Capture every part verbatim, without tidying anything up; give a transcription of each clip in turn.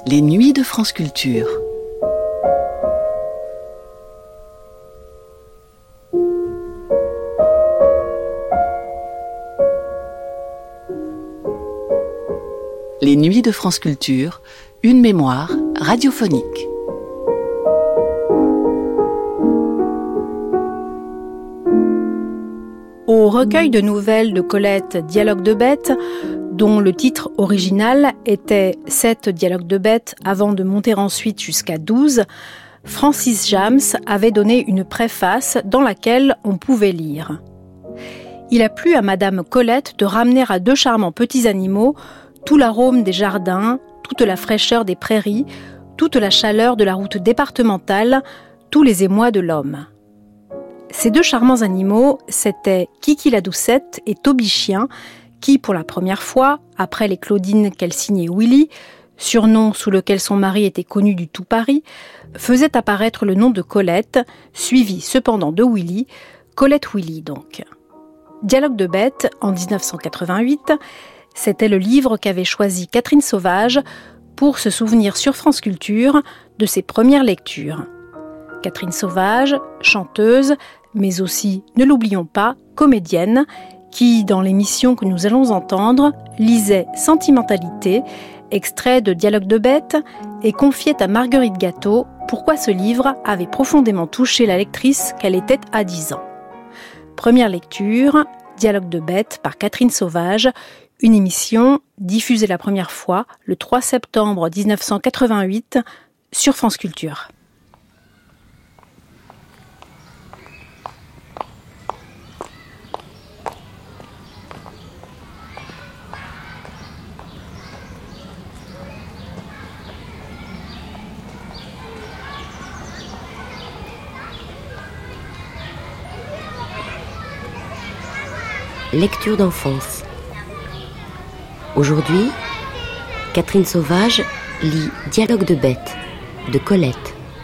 Les nuits de France Culture. Les nuits de France Culture, une mémoire radiophonique. Au recueil de nouvelles de Colette Dialogues de bêtes, dont le titre original était « Sept dialogues de bêtes » avant de monter ensuite jusqu'à douze, Francis Jams avait donné une préface dans laquelle on pouvait lire. Il a plu à Madame Colette de ramener à deux charmants petits animaux tout l'arôme des jardins, toute la fraîcheur des prairies, toute la chaleur de la route départementale, tous les émois de l'homme. Ces deux charmants animaux, c'étaient Kiki la Doucette et Toby Chien, qui, pour la première fois, après les Claudines qu'elle signait Willy, surnom sous lequel son mari était connu du tout Paris, faisait apparaître le nom de Colette, suivi cependant de Willy, Colette Willy donc. Dialogues de bêtes, en dix-neuf cent quatre-vingt-huit, c'était le livre qu'avait choisi Catherine Sauvage pour se souvenir sur France Culture de ses premières lectures. Catherine Sauvage, chanteuse, mais aussi, ne l'oublions pas, comédienne, qui, dans l'émission que nous allons entendre, lisait Sentimentalité, extrait de Dialogues de bêtes, et confiait à Marguerite Gâteau pourquoi ce livre avait profondément touché la lectrice qu'elle était à dix ans. Première lecture, Dialogues de bêtes par Catherine Sauvage, une émission diffusée la première fois le trois septembre dix-neuf cent quatre-vingt-huit sur France Culture. Lecture d'enfance. Aujourd'hui, Catherine Sauvage lit Dialogues de bêtes de Colette.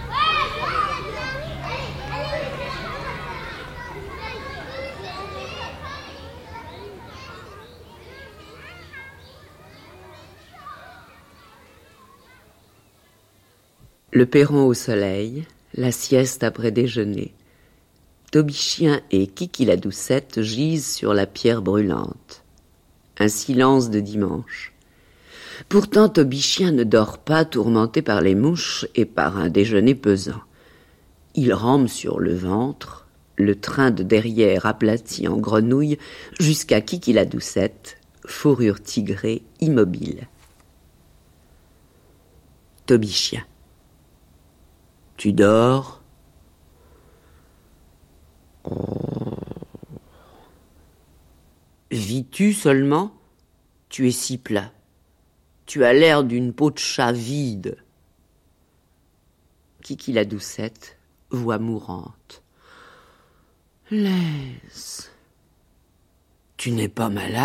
Le perron au soleil, la sieste après déjeuner. Toby Chien et Kiki la Doucette gisent sur la pierre brûlante. Un silence de dimanche. Pourtant, Toby Chien ne dort pas, tourmenté par les mouches et par un déjeuner pesant. Il rampe sur le ventre, le train de derrière aplati en grenouille, jusqu'à Kiki la Doucette, fourrure tigrée, immobile. Toby Chien. Tu dors ? Vis-tu seulement ? Tu es si plat. Tu as l'air d'une peau de chat vide. Kiki la Doucette, voix mourante. Laisse. Tu n'es pas malade ?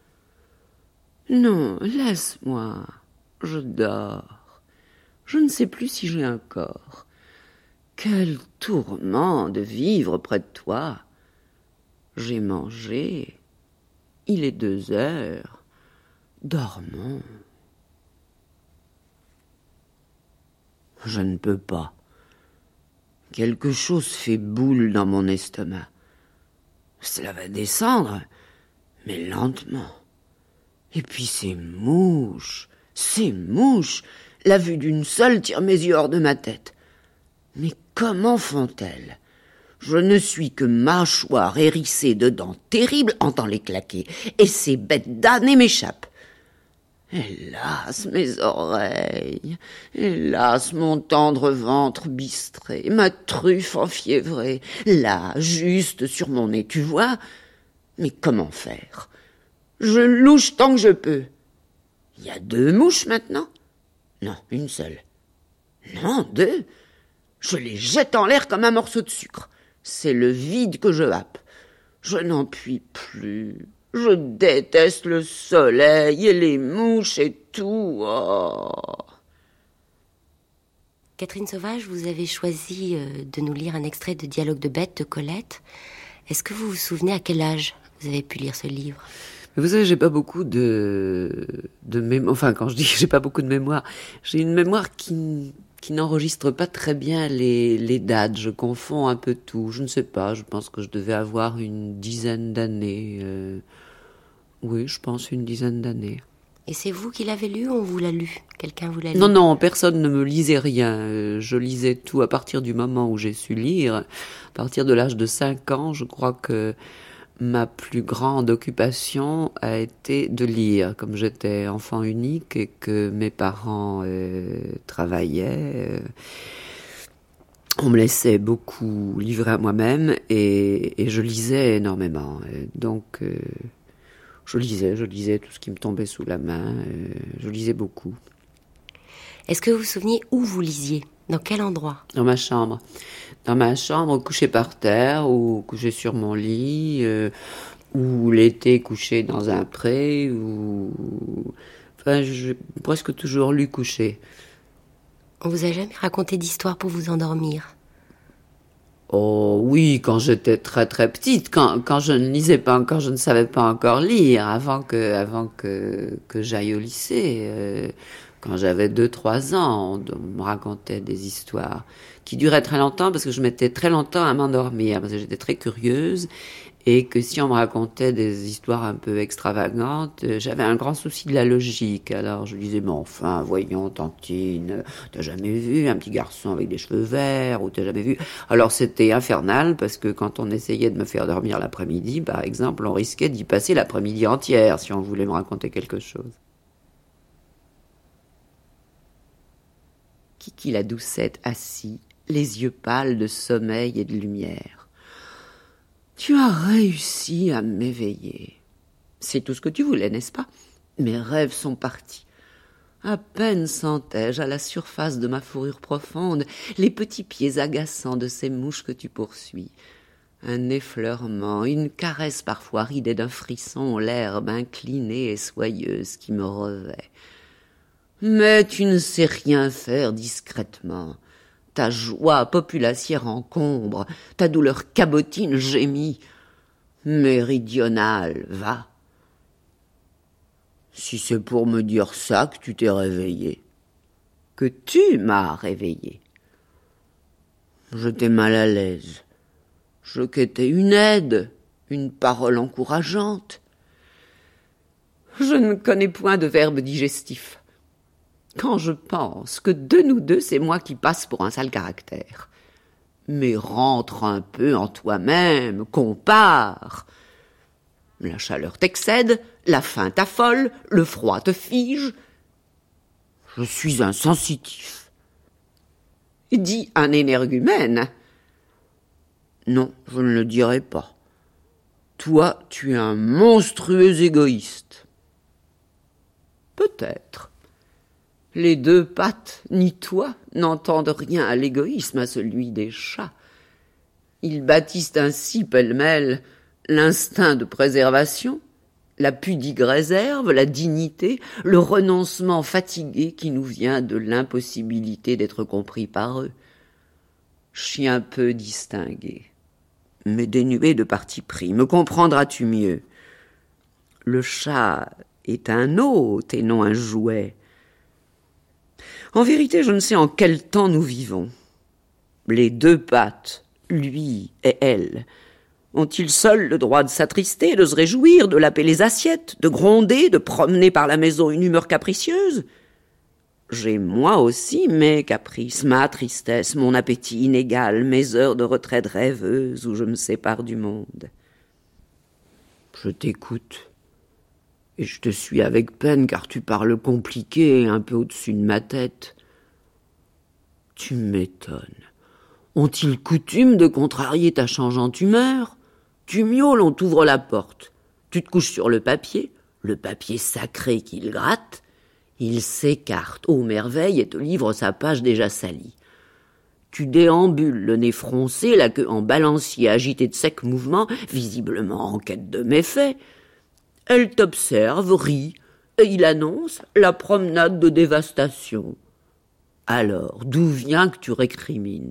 Non, laisse-moi. Je dors. Je ne sais plus si j'ai un corps. Quel tourment de vivre près de toi. J'ai mangé. Il est deux heures. Dormons. Je ne peux pas. Quelque chose fait boule dans mon estomac. Cela va descendre, mais lentement. Et puis ces mouches, ces mouches, la vue d'une seule tire mes yeux hors de ma tête. Mais comment font-elles ? Je ne suis que mâchoire hérissée de dents terribles, entends les claquer, et ces bêtes damnées m'échappent. Hélas, mes oreilles, hélas, mon tendre ventre bistré, ma truffe enfiévrée, là, juste sur mon nez, tu vois ? Mais comment faire ? Je louche tant que je peux. Il y a deux mouches maintenant ? Non, une seule. Non, deux. Je les jette en l'air comme un morceau de sucre. C'est le vide que je happe. Je n'en puis plus. Je déteste le soleil et les mouches et tout. Oh. Catherine Sauvage, vous avez choisi de nous lire un extrait de Dialogues de bêtes de Colette. Est-ce que vous vous souvenez à quel âge vous avez pu lire ce livre ? Vous savez, j'ai pas beaucoup de, de mémoire. Enfin, quand je dis que j'ai pas beaucoup de mémoire, j'ai une mémoire qui, qui n'enregistre pas très bien les, les dates. Je confonds un peu tout. Je ne sais pas, je pense que je devais avoir une dizaine d'années. Euh, oui, je pense une dizaine d'années. Et c'est vous qui l'avez lu ou on vous l'a lu? Quelqu'un vous l'a lu? Non, non, personne ne me lisait rien. Je lisais tout à partir du moment où j'ai su lire. À partir de l'âge de cinq ans, je crois que ma plus grande occupation a été de lire. Comme j'étais enfant unique et que mes parents euh, travaillaient, euh, on me laissait beaucoup livrer à moi-même et, et je lisais énormément. Et donc... Euh, Je lisais, je lisais tout ce qui me tombait sous la main, euh, je lisais beaucoup. Est-ce que vous vous souvenez où vous lisiez? Dans quel endroit? Dans ma chambre. Dans ma chambre, couché par terre, ou couché sur mon lit, euh, ou l'été couché dans un pré, ou... Enfin, j'ai presque toujours lu couché. On vous a jamais raconté d'histoire pour vous endormir? Oh oui, quand j'étais très très petite, quand, quand je ne lisais pas encore, je ne savais pas encore lire, avant que, avant que, que j'aille au lycée. Euh, quand j'avais deux trois ans, on, on me racontait des histoires qui duraient très longtemps, parce que je mettais très longtemps à m'endormir, parce que j'étais très curieuse, et que si on me racontait des histoires un peu extravagantes, j'avais un grand souci de la logique. Alors je disais, mais enfin, voyons, Tantine, t'as jamais vu un petit garçon avec des cheveux verts, ou t'as jamais vu... Alors c'était infernal, parce que quand on essayait de me faire dormir l'après-midi, par exemple, on risquait d'y passer l'après-midi entière, si on voulait me raconter quelque chose. Kiki la Doucette assis, les yeux pâles de sommeil et de lumière. Tu as réussi à m'éveiller. C'est tout ce que tu voulais, n'est-ce pas? Mes rêves sont partis. À peine sentais-je à la surface de ma fourrure profonde les petits pieds agaçants de ces mouches que tu poursuis. Un effleurement, une caresse parfois ridée d'un frisson, l'herbe inclinée et soyeuse qui me revêt. Mais tu ne sais rien faire discrètement. Ta joie populacière encombre, ta douleur cabotine gémit. Méridionale, va. Si c'est pour me dire ça que tu t'es réveillé, que tu m'as réveillé. J'étais mal à l'aise. Je quêtais une aide, une parole encourageante. Je ne connais point de verbe digestif. Quand je pense que de nous deux, c'est moi qui passe pour un sale caractère. Mais rentre un peu en toi-même, compare. La chaleur t'excède, la faim t'affole, le froid te fige. Je suis un sensitif. Dis un énergumène. Non, je ne le dirai pas. Toi, tu es un monstrueux égoïste. Peut-être. Les deux pattes, ni toi, n'entendent rien à l'égoïsme, à celui des chats. Ils bâtissent ainsi pêle-mêle l'instinct de préservation, la pudique réserve, la dignité, le renoncement fatigué qui nous vient de l'impossibilité d'être compris par eux. Chien peu distingué, mais dénué de parti pris, me comprendras-tu mieux? Le chat est un hôte et non un jouet. En vérité, je ne sais en quel temps nous vivons. Les deux pattes, lui et elle, ont-ils seuls le droit de s'attrister, de se réjouir, de laper les assiettes, de gronder, de promener par la maison une humeur capricieuse? J'ai moi aussi mes caprices, ma tristesse, mon appétit inégal, mes heures de retraite rêveuse où je me sépare du monde. Je t'écoute. Et je te suis avec peine, car tu parles compliqué, un peu au-dessus de ma tête. Tu m'étonnes. Ont-ils coutume de contrarier ta changeante humeur? Tu miaules, on t'ouvre la porte. Tu te couches sur le papier, le papier sacré qu'il gratte. Il s'écarte, ô merveille, et te livre sa page déjà salie. Tu déambules, le nez froncé, la queue en balancier agité de secs mouvements, visiblement en quête de méfaits. Elle t'observe, rit, et il annonce la promenade de dévastation. Alors, d'où vient que tu récrimines?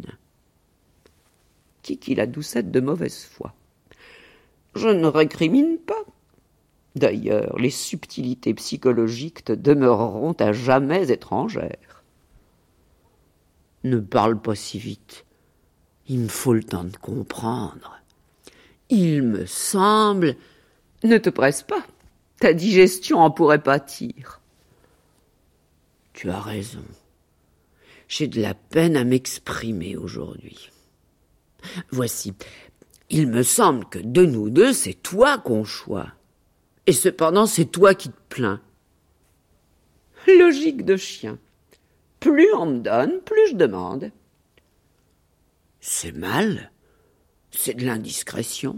Kiki la Doucette de mauvaise foi. Je ne récrimine pas. D'ailleurs, les subtilités psychologiques te demeureront à jamais étrangères. Ne parle pas si vite. Il me faut le temps de comprendre. Il me semble... Ne te presse pas. Ta digestion en pourrait pâtir. Tu as raison. J'ai de la peine à m'exprimer aujourd'hui. Voici. Il me semble que de nous deux, c'est toi qu'on choisit. Et cependant, c'est toi qui te plains. Logique de chien. Plus on me donne, plus je demande. C'est mal. C'est de l'indiscrétion.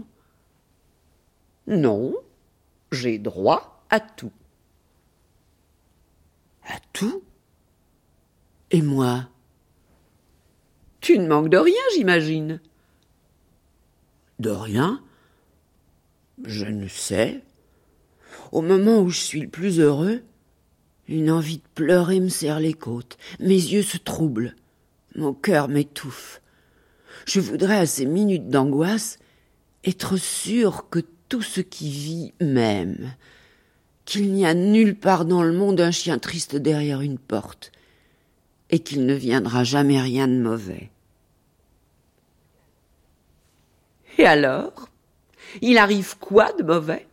Non, j'ai droit à tout. À tout? Et moi? Tu ne manques de rien, j'imagine. De rien? Je ne sais. Au moment où je suis le plus heureux, une envie de pleurer me serre les côtes. Mes yeux se troublent. Mon cœur m'étouffe. Je voudrais, à ces minutes d'angoisse, être sûr que tout ce qui vit m'aime, qu'il n'y a nulle part dans le monde un chien triste derrière une porte, et qu'il ne viendra jamais rien de mauvais. Et alors, il arrive quoi de mauvais?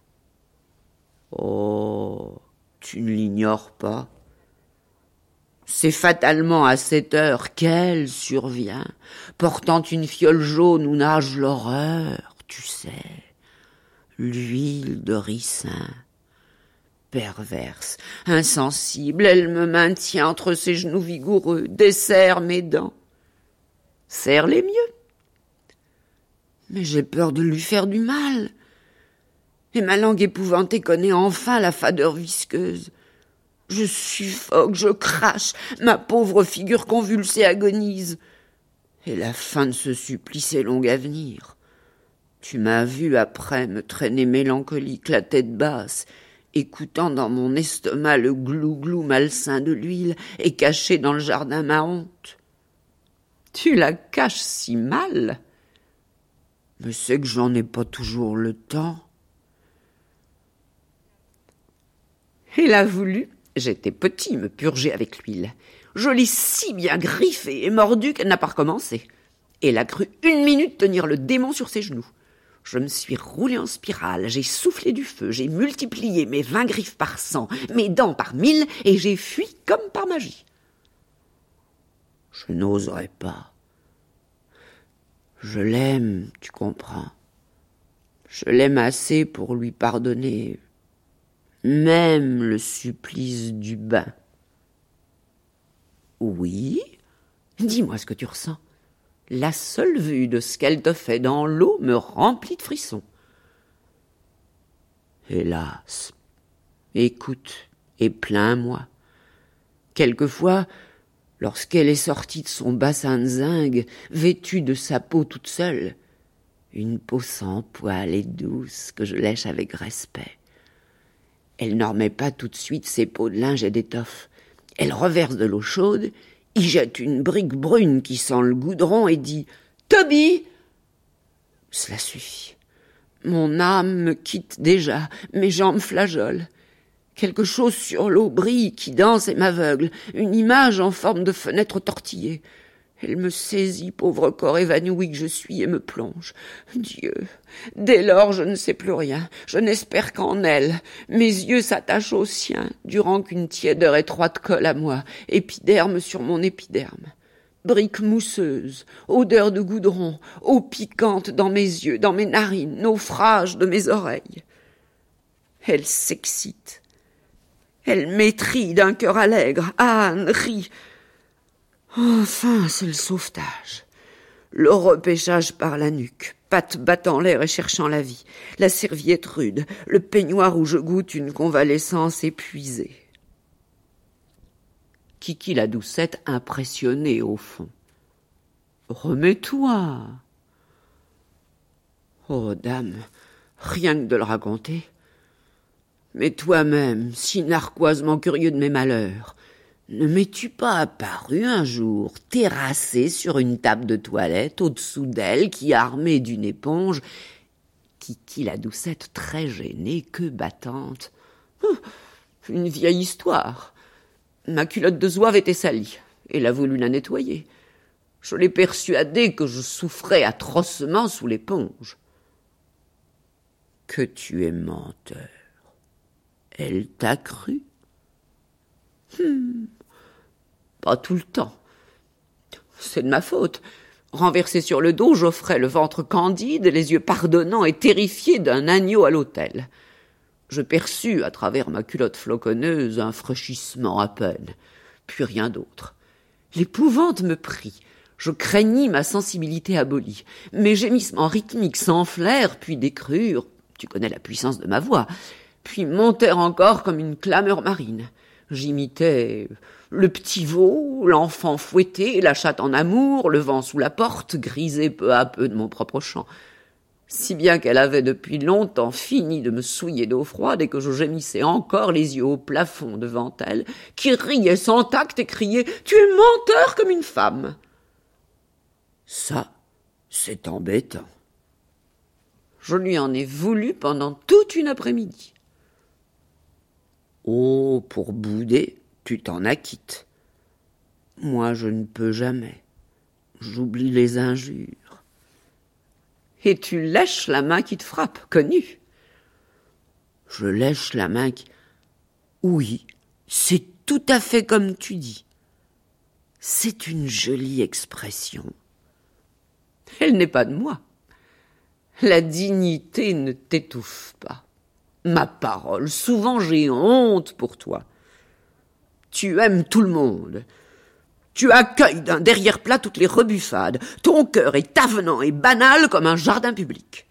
Oh, tu ne l'ignores pas. C'est fatalement à cette heure qu'elle survient, portant une fiole jaune où nage l'horreur, tu sais, l'huile de ricin. Perverse, insensible, elle me maintient entre ses genoux vigoureux, desserre mes dents. Serre-les mieux. Mais j'ai peur de lui faire du mal. Et ma langue épouvantée connaît enfin la fadeur visqueuse. Je suffoque, je crache, ma pauvre figure convulsée agonise. Et la fin de ce supplice est longue à venir. Tu m'as vu après me traîner mélancolique, la tête basse, écoutant dans mon estomac le glou-glou malsain de l'huile et caché dans le jardin ma honte. Tu la caches si mal. Mais c'est que j'en ai pas toujours le temps. Elle a voulu, j'étais petit, me purger avec l'huile. Je l'ai si bien griffée et mordue qu'elle n'a pas recommencé. Elle a cru une minute tenir le démon sur ses genoux. Je me suis roulée en spirale, j'ai soufflé du feu, j'ai multiplié mes vingt griffes par cent, mes dents par mille, et j'ai fui comme par magie. Je n'oserais pas. Je l'aime, tu comprends. Je l'aime assez pour lui pardonner même le supplice du bain. Oui, dis-moi ce que tu ressens. La seule vue de ce qu'elle te fait dans l'eau me remplit de frissons. Hélas, écoute et plains-moi. Quelquefois, lorsqu'elle est sortie de son bassin de zinc, vêtue de sa peau toute seule, une peau sans poils et douce que je lèche avec respect, elle n'en remet pas tout de suite ses peaux de linge et d'étoffe. Elle reverse de l'eau chaude, y jette une brique brune qui sent le goudron et dit « Toby !» Cela suffit. Mon âme me quitte déjà, mes jambes flageolent. Quelque chose sur l'eau brille qui danse et m'aveugle, une image en forme de fenêtre tortillée. Elle me saisit, pauvre corps évanoui que je suis, et me plonge. Dieu, dès lors je ne sais plus rien, je n'espère qu'en elle. Mes yeux s'attachent aux siens, durant qu'une tièdeur étroite colle à moi, épiderme sur mon épiderme. Brique mousseuse, odeur de goudron, eau piquante dans mes yeux, dans mes narines, naufrage de mes oreilles. Elle s'excite. Elle m'étrille d'un cœur allègre, âne, rit. Enfin, c'est le sauvetage. Le repêchage par la nuque, pattes battant l'air et cherchant la vie, la serviette rude, le peignoir où je goûte une convalescence épuisée. Kiki la doucette impressionnée au fond. Remets-toi. Oh, dame, rien que de le raconter. Mais toi-même, si narquoisement curieux de mes malheurs, ne m'es-tu pas apparu un jour, terrassé sur une table de toilette, au-dessous d'elle, qui, armée d'une éponge, Kiki la doucette, très gênée, que battante. Oh, une vieille histoire. Ma culotte de zouave était salie. Elle a voulu la nettoyer. Je l'ai persuadée que je souffrais atrocement sous l'éponge. Que tu es menteur. Elle t'a cru? Hmm. Pas tout le temps. C'est de ma faute. Renversé sur le dos, j'offrais le ventre candide, les yeux pardonnants et terrifiés d'un agneau à l'autel. Je perçus, à travers ma culotte floconneuse, un fraîchissement à peine, puis rien d'autre. L'épouvante me prit. Je craignis ma sensibilité abolie. Mes gémissements rythmiques s'enflèrent, puis décrurent, tu connais la puissance de ma voix, puis montèrent encore comme une clameur marine. J'imitais le petit veau, l'enfant fouetté, la chatte en amour, le vent sous la porte, grisé peu à peu de mon propre chant. Si bien qu'elle avait depuis longtemps fini de me souiller d'eau froide et que je gémissais encore les yeux au plafond devant elle, qui riait sans tact et criait « Tu es menteur comme une femme !» Ça, c'est embêtant. Je lui en ai voulu pendant toute une après-midi. Oh, pour bouder, tu t'en acquittes. Moi, je ne peux jamais. J'oublie les injures. Et tu lèches la main qui te frappe, connu. Je lèche la main qui... Oui, c'est tout à fait comme tu dis. C'est une jolie expression. Elle n'est pas de moi. La dignité ne t'étouffe pas. Ma parole, souvent j'ai honte pour toi. Tu aimes tout le monde. Tu accueilles d'un derrière-plat toutes les rebuffades. Ton cœur est avenant et banal comme un jardin public.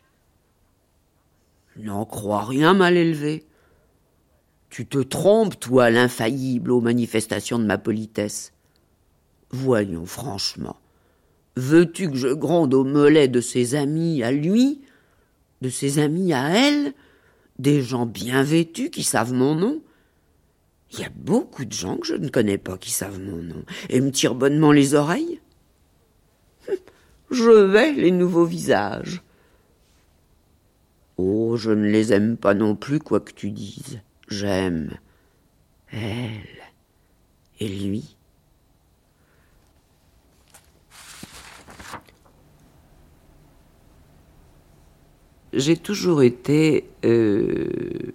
N'en crois rien mal élevé. Tu te trompes, toi, l'infaillible, aux manifestations de ma politesse. Voyons, franchement, veux-tu que je gronde au mollet de ses amis à lui, de ses amis à elle, des gens bien vêtus qui savent mon nom? Il y a beaucoup de gens que je ne connais pas qui savent mon nom et me tirent bonnement les oreilles. Je vais les nouveaux visages. Oh, je ne les aime pas non plus, quoi que tu dises. J'aime elle et lui. J'ai toujours été euh,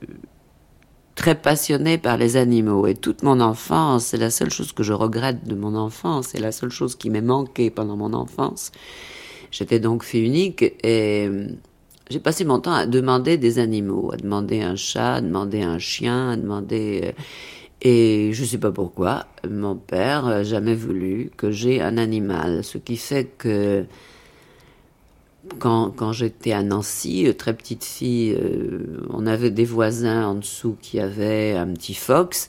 très passionnée par les animaux et toute mon enfance, c'est la seule chose que je regrette de mon enfance, c'est la seule chose qui m'est manquée pendant mon enfance. J'étais donc fille unique et j'ai passé mon temps à demander des animaux, à demander un chat, à demander un chien, à demander... Et je sais pas pourquoi, mon père n'a jamais voulu que j'aie un animal, ce qui fait que Quand, quand j'étais à Nancy, très petite fille, euh, on avait des voisins en dessous qui avaient un petit phoque.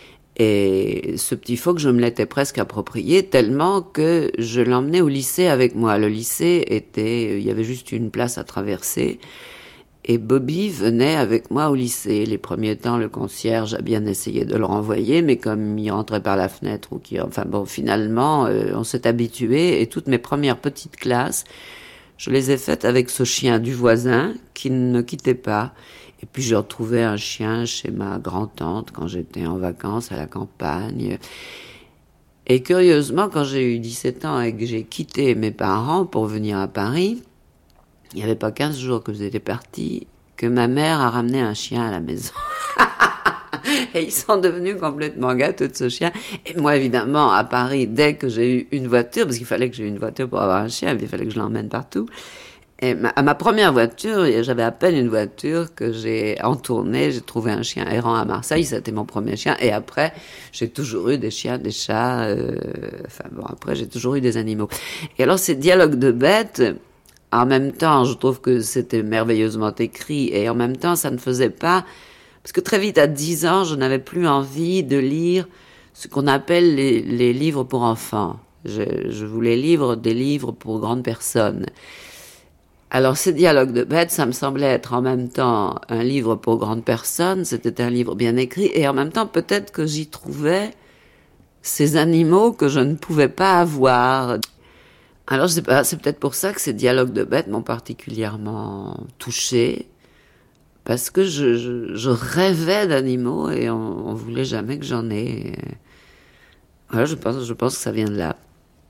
Et ce petit phoque, je me l'étais presque approprié tellement que je l'emmenais au lycée avec moi. Le lycée était, il y avait juste une place à traverser. Et Bobby venait avec moi au lycée. Les premiers temps, le concierge a bien essayé de le renvoyer, mais comme il rentrait par la fenêtre ou qui, enfin bon, finalement, euh, on s'est habitué. Et toutes mes premières petites classes, je les ai faites avec ce chien du voisin qui ne quittait pas. Et puis j'ai retrouvé un chien chez ma grand-tante quand j'étais en vacances à la campagne. Et curieusement, quand j'ai eu dix-sept ans et que j'ai quitté mes parents pour venir à Paris, il n'y avait pas quinze jours que j'étais partie, que ma mère a ramené un chien à la maison. Et ils sont devenus complètement gâteux de ce chien. Et moi, évidemment, à Paris, dès que j'ai eu une voiture, parce qu'il fallait que j'ai eu une voiture pour avoir un chien, il fallait que je l'emmène partout. Et ma, à ma première voiture, j'avais à peine une voiture que j'ai entournée. J'ai trouvé un chien errant à Marseille, c'était mon premier chien. Et après, j'ai toujours eu des chiens, des chats. Euh, enfin bon, après, j'ai toujours eu des animaux. Et alors, ces dialogues de bêtes, en même temps, je trouve que c'était merveilleusement écrit. Et en même temps, ça ne faisait pas... Parce que très vite, à dix ans, je n'avais plus envie de lire ce qu'on appelle les, les livres pour enfants. Je, je voulais lire des livres pour grandes personnes. Alors, ces dialogues de bêtes, ça me semblait être en même temps un livre pour grandes personnes, c'était un livre bien écrit, et en même temps, peut-être que j'y trouvais ces animaux que je ne pouvais pas avoir. Alors je sais pas, c'est peut-être pour ça que ces dialogues de bêtes m'ont particulièrement touchée, parce que je, je, je rêvais d'animaux et on, on voulait jamais que j'en ai. Voilà, je pense, je pense que ça vient de là.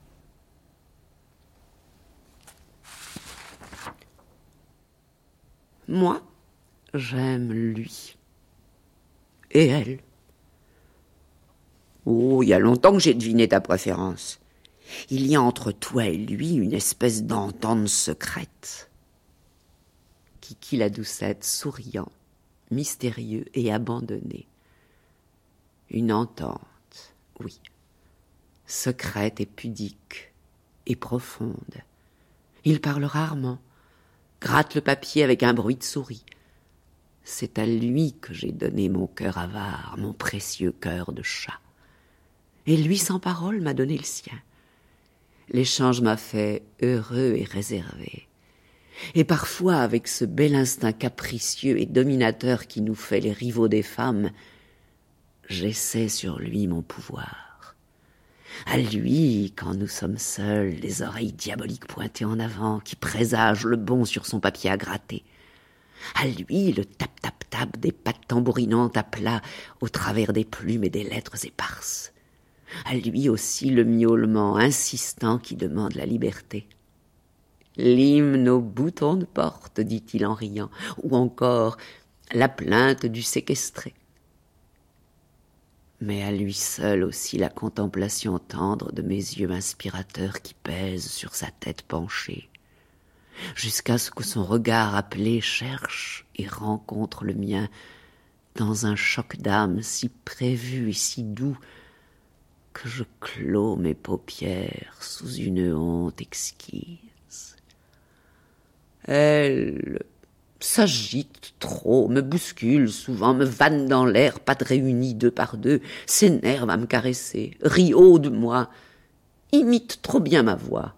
Moi, j'aime lui. Et elle. Oh, il y a longtemps que j'ai deviné ta préférence. Il y a entre toi et lui une espèce d'entente secrète. Kiki la doucette, souriant, mystérieux et abandonné. Une entente, oui, secrète et pudique et profonde. Il parle rarement, gratte le papier avec un bruit de souris. C'est à lui que j'ai donné mon cœur avare, mon précieux cœur de chat. Et lui, sans parole, m'a donné le sien. L'échange m'a fait heureux et réservé. Et parfois, avec ce bel instinct capricieux et dominateur qui nous fait les rivaux des femmes, j'essaie sur lui mon pouvoir. À lui, quand nous sommes seuls, les oreilles diaboliques pointées en avant, qui présagent le bon sur son papier à gratter. À lui, le tap-tap-tap des pattes tambourinantes à plat au travers des plumes et des lettres éparses. À lui aussi le miaulement insistant qui demande la liberté. L'hymne aux boutons de porte, dit-il en riant, ou encore la plainte du séquestré. Mais à lui seul aussi la contemplation tendre de mes yeux inspirateurs qui pèsent sur sa tête penchée, jusqu'à ce que son regard appelé cherche et rencontre le mien dans un choc d'âme si prévu et si doux que je clos mes paupières sous une honte exquise. Elle s'agite trop, me bouscule souvent, me vanne dans l'air, pattes réunies deux par deux, s'énerve à me caresser, rit haut de moi, imite trop bien ma voix.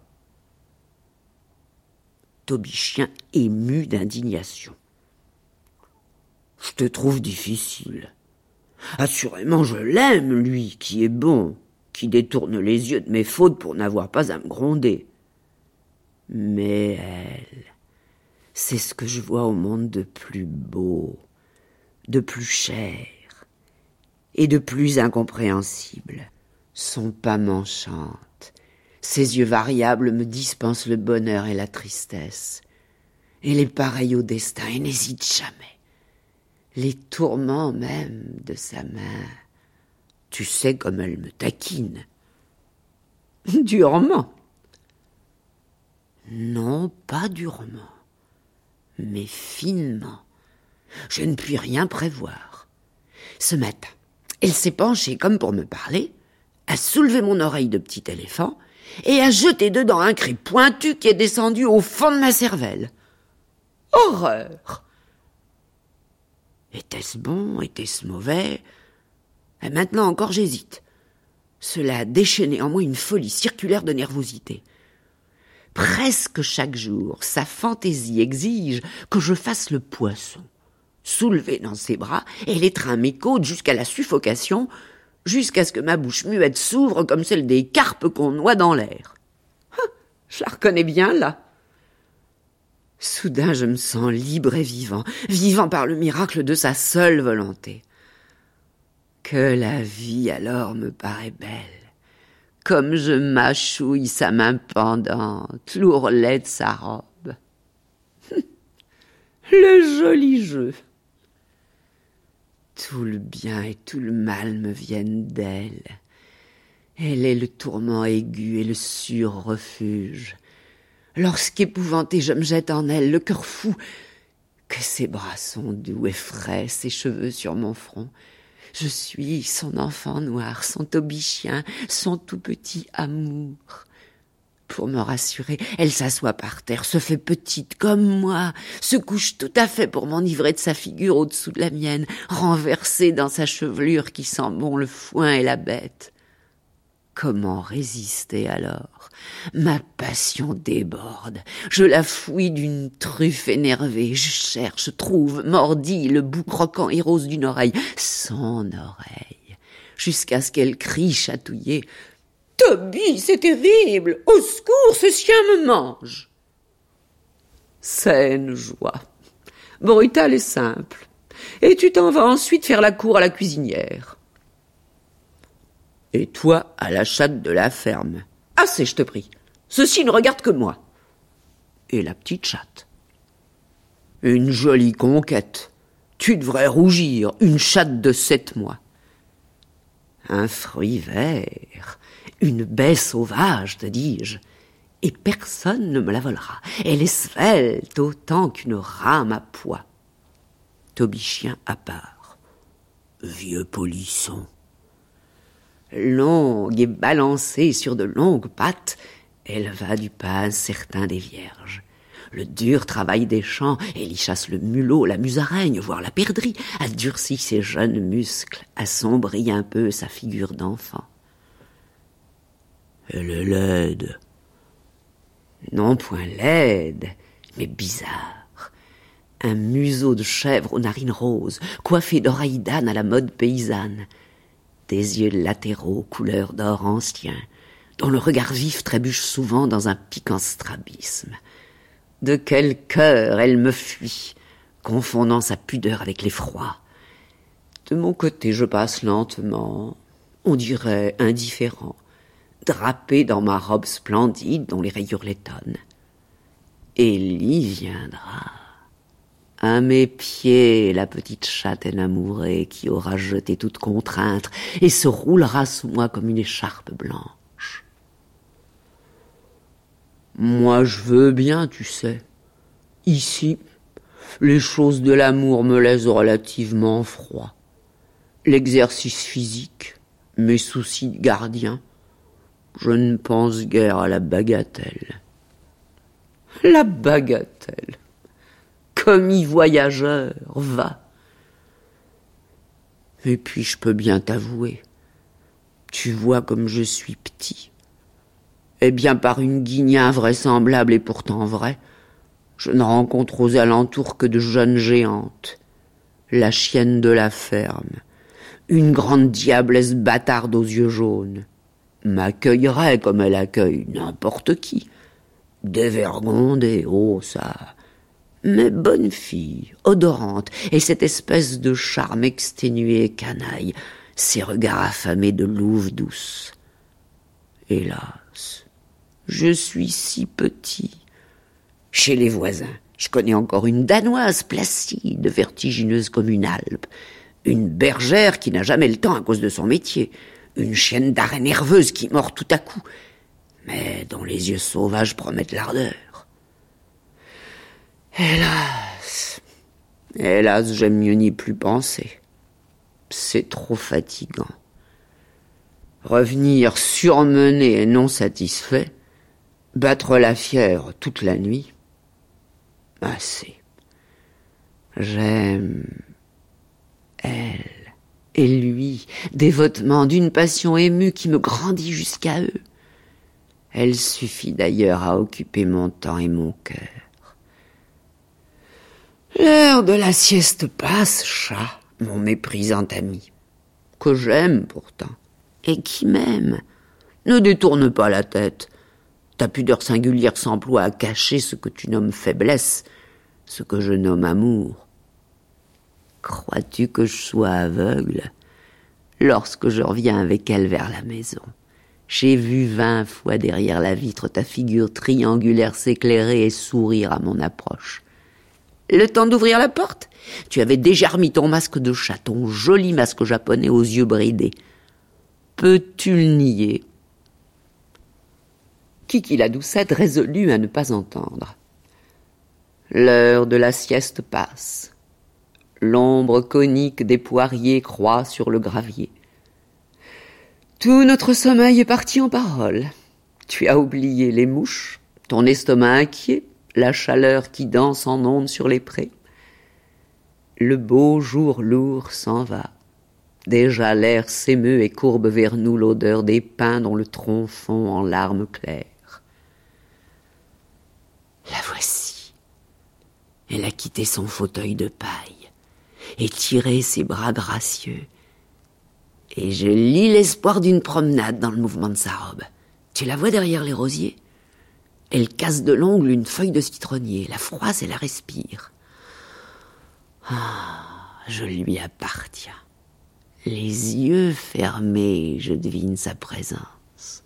Tobichien ému d'indignation. Je te trouve difficile. Assurément, je l'aime, lui, qui est bon, qui détourne les yeux de mes fautes pour n'avoir pas à me gronder. Mais elle, c'est ce que je vois au monde de plus beau, de plus cher et de plus incompréhensible. Son pas m'enchante, ses yeux variables me dispensent le bonheur et la tristesse. Elle est pareille au destin et n'hésite jamais. Les tourments même de sa main, tu sais comme elle me taquine. Durement. Non, pas durement, mais finement. Je ne puis rien prévoir. Ce matin, elle s'est penchée comme pour me parler, a soulevé mon oreille de petit éléphant et a jeté dedans un cri pointu qui est descendu au fond de ma cervelle. Horreur! Était-ce bon? Était-ce mauvais? Et maintenant encore j'hésite. Cela a déchaîné en moi une folie circulaire de nervosité. Presque chaque jour, sa fantaisie exige que je fasse le poisson, soulevé dans ses bras et l'étreint mes côtes jusqu'à la suffocation, jusqu'à ce que ma bouche muette s'ouvre comme celle des carpes qu'on noie dans l'air. Ah, je la reconnais bien là. Soudain, je me sens libre et vivant, vivant par le miracle de sa seule volonté. Que la vie alors me paraît belle, comme je mâchouille sa main pendante, l'ourlet de sa robe. Le joli jeu. Tout le bien et tout le mal me viennent d'elle. Elle est le tourment aigu et le sûr refuge. Lorsqu'épouvantée je me jette en elle, le cœur fou, que ses bras sont doux et frais, ses cheveux sur mon front. Je suis son enfant noir, son tobichien, son tout petit amour. Pour me rassurer, elle s'assoit par terre, se fait petite comme moi, se couche tout à fait pour m'enivrer de sa figure au-dessous de la mienne, renversée dans sa chevelure qui sent bon le foin et la bête. Comment résister alors? Ma passion déborde. Je la fouille d'une truffe énervée. Je cherche, trouve, mordis le bout croquant et rose d'une oreille, son oreille, jusqu'à ce qu'elle crie chatouillée. Toby, c'est terrible! Au secours, ce chien me mange! Saine joie, brutale et simple. Et tu t'en vas ensuite faire la cour à la cuisinière. Et toi, à la chatte de la ferme. Assez, je te prie. Ceci ne regarde que moi. Et la petite chatte. Une jolie conquête. Tu devrais rougir, une chatte de sept mois. Un fruit vert, une baie sauvage, te dis-je. Et personne ne me la volera. Elle est svelte autant qu'une rame à pois. Toby chien à part. Vieux polisson. Longue et balancée sur de longues pattes, elle va du pas incertain des vierges. Le dur travail des champs, elle y chasse le mulot, la musaraigne, voire la perdrix, a durci ses jeunes muscles, assombrit un peu sa figure d'enfant. Elle est laide. Non point laide, mais bizarre. Un museau de chèvre aux narines roses, coiffé d'oreilles d'âne à la mode paysanne. Des yeux latéraux, couleur d'or ancien, dont le regard vif trébuche souvent dans un piquant strabisme. De quel cœur elle me fuit, confondant sa pudeur avec l'effroi. De mon côté, je passe lentement, on dirait indifférent, drapé dans ma robe splendide dont les rayures l'étonnent. Ellie viendra. À mes pieds, la petite chatte enamourée qui aura jeté toute contrainte et se roulera sous moi comme une écharpe blanche. Moi, je veux bien, tu sais. Ici, les choses de l'amour me laissent relativement froid. L'exercice physique, mes soucis de gardien, je ne pense guère à la bagatelle. La bagatelle. Commis voyageur, va. Et puis je peux bien t'avouer, tu vois comme je suis petit. Eh bien par une guignée invraisemblable et pourtant vraie, je ne rencontre aux alentours que de jeunes géantes. La chienne de la ferme, une grande diablesse bâtarde aux yeux jaunes, m'accueillerait comme elle accueille n'importe qui. Dévergondée, oh ça... Mais bonne fille, odorante, et cette espèce de charme exténué et canaille, ces regards affamés de louve douce. Hélas, je suis si petit. Chez les voisins, je connais encore une Danoise placide, vertigineuse comme une alpe, une bergère qui n'a jamais le temps à cause de son métier, une chienne d'arrêt nerveuse qui mord tout à coup, mais dont les yeux sauvages promettent l'ardeur. Hélas, hélas, j'aime mieux n'y plus penser. C'est trop fatigant. Revenir surmené et non satisfait, battre la fièvre toute la nuit, assez. J'aime elle et lui, dévotement d'une passion émue qui me grandit jusqu'à eux. Elle suffit d'ailleurs à occuper mon temps et mon cœur. L'heure de la sieste passe, chat, mon méprisant ami, que j'aime pourtant, et qui m'aime. Ne détourne pas la tête. Ta pudeur singulière s'emploie à cacher ce que tu nommes faiblesse, ce que je nomme amour. Crois-tu que je sois aveugle? Lorsque je reviens avec elle vers la maison, j'ai vu vingt fois derrière la vitre ta figure triangulaire s'éclairer et sourire à mon approche. Le temps d'ouvrir la porte, tu avais déjà remis ton masque de chat, ton joli masque japonais aux yeux bridés. Peux-tu le nier? Kiki la doucette résolut à ne pas entendre. L'heure de la sieste passe. L'ombre conique des poiriers croît sur le gravier. Tout notre sommeil est parti en paroles. Tu as oublié les mouches, ton estomac inquiet, la chaleur qui danse en ondes sur les prés. Le beau jour lourd s'en va. Déjà l'air s'émeut et courbe vers nous l'odeur des pins dont le tronc fond en larmes claires. La voici. Elle a quitté son fauteuil de paille, étiré ses bras gracieux, Et je lis l'espoir d'une promenade dans le mouvement de sa robe. Tu la vois derrière les rosiers ? Elle casse de l'ongle une feuille de citronnier, la froisse et la respire. Ah, je lui appartiens. Les yeux fermés, je devine sa présence.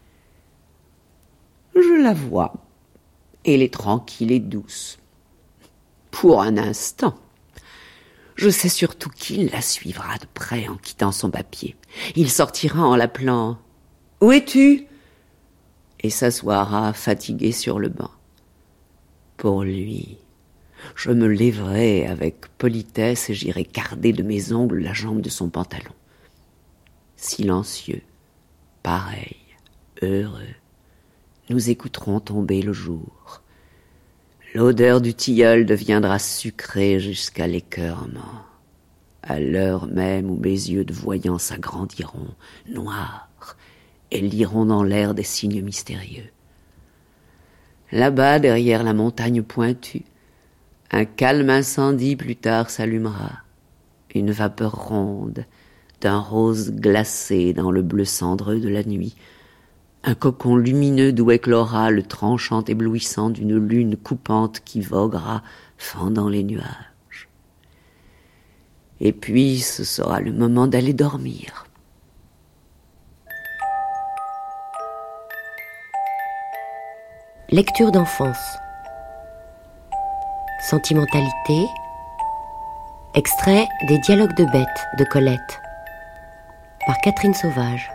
Je la vois. Elle est tranquille et douce. Pour un instant. Je sais surtout qu'il la suivra de près en quittant son papier. Il sortira en l'appelant « Où es-tu » et s'assoira fatigué sur le banc. Pour lui, je me lèverai avec politesse et j'irai carder de mes ongles la jambe de son pantalon. Silencieux, pareil, heureux, nous écouterons tomber le jour. L'odeur du tilleul deviendra sucrée jusqu'à l'écœurement. À l'heure même où mes yeux de voyant s'agrandiront, noirs, et liront dans l'air des signes mystérieux. Là-bas, derrière la montagne pointue, un calme incendie plus tard s'allumera, une vapeur ronde, d'un rose glacé dans le bleu cendreux de la nuit, un cocon lumineux d'où éclora le tranchant éblouissant d'une lune coupante qui voguera, fendant les nuages. Et puis, ce sera le moment d'aller dormir. Lecture d'enfance. Sentimentalité. Extrait des Dialogues de Bête de Colette par Catherine Sauvage.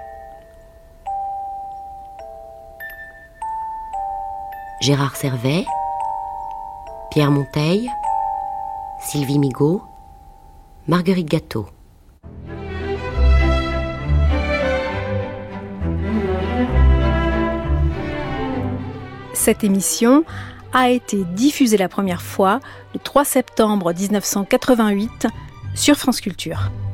Gérard Servet, Pierre Monteil, Sylvie Migaud, Marguerite Gâteau. Cette émission a été diffusée la première fois le trois septembre mille neuf cent quatre-vingt-huit sur France Culture.